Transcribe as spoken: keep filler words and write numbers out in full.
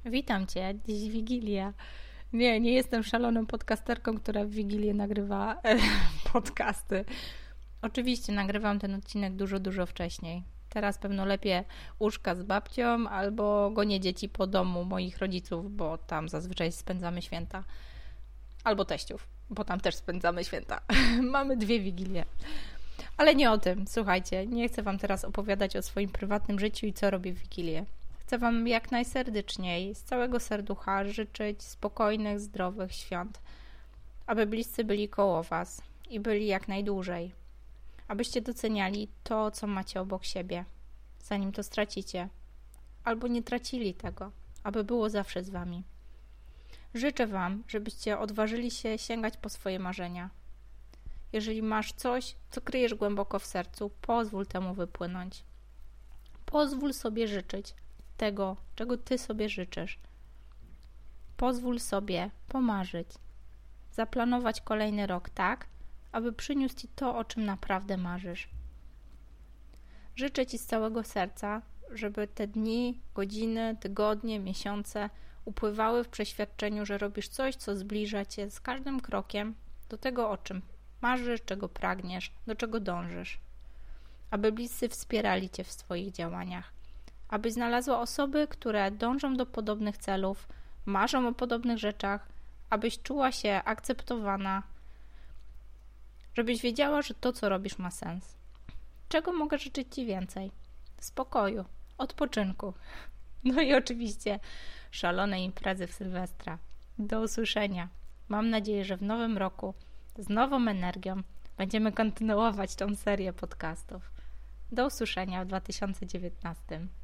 Witam Cię, dziś Wigilia. Nie, nie jestem szaloną podcasterką, która w Wigilię nagrywa e, podcasty. Oczywiście nagrywam ten odcinek dużo, dużo wcześniej. Teraz pewno lepiej łóżka z babcią albo gonię dzieci po domu moich rodziców, bo tam zazwyczaj spędzamy święta. Albo teściów, bo tam też spędzamy święta. Mamy dwie Wigilie. Ale nie o tym. Słuchajcie, nie chcę Wam teraz opowiadać o swoim prywatnym życiu i co robię w Wigilię. Chcę Wam jak najserdeczniej, z całego serducha życzyć spokojnych, zdrowych świąt. Aby bliscy byli koło Was i byli jak najdłużej. Abyście doceniali to, co macie obok siebie, zanim to stracicie. Albo nie tracili tego, aby było zawsze z Wami. Życzę Wam, żebyście odważyli się sięgać po swoje marzenia. Jeżeli masz coś, co kryjesz głęboko w sercu, pozwól temu wypłynąć. Pozwól sobie życzyć tego, czego Ty sobie życzysz. Pozwól sobie pomarzyć. Zaplanować kolejny rok tak, aby przyniósł Ci to, o czym naprawdę marzysz. Życzę Ci z całego serca, żeby te dni, godziny, tygodnie, miesiące upływały w przeświadczeniu, że robisz coś, co zbliża Cię z każdym krokiem do tego, o czym marzysz, czego pragniesz, do czego dążysz. Aby bliscy wspierali Cię w swoich działaniach. Abyś znalazła osoby, które dążą do podobnych celów, marzą o podobnych rzeczach, abyś czuła się akceptowana, żebyś wiedziała, że to, co robisz, ma sens. Czego mogę życzyć Ci więcej? Spokoju, odpoczynku. No i oczywiście szalonej imprezy w Sylwestra. Do usłyszenia. Mam nadzieję, że w nowym roku z nową energią będziemy kontynuować tą serię podcastów. Do usłyszenia w dwa tysiące dziewiętnastym.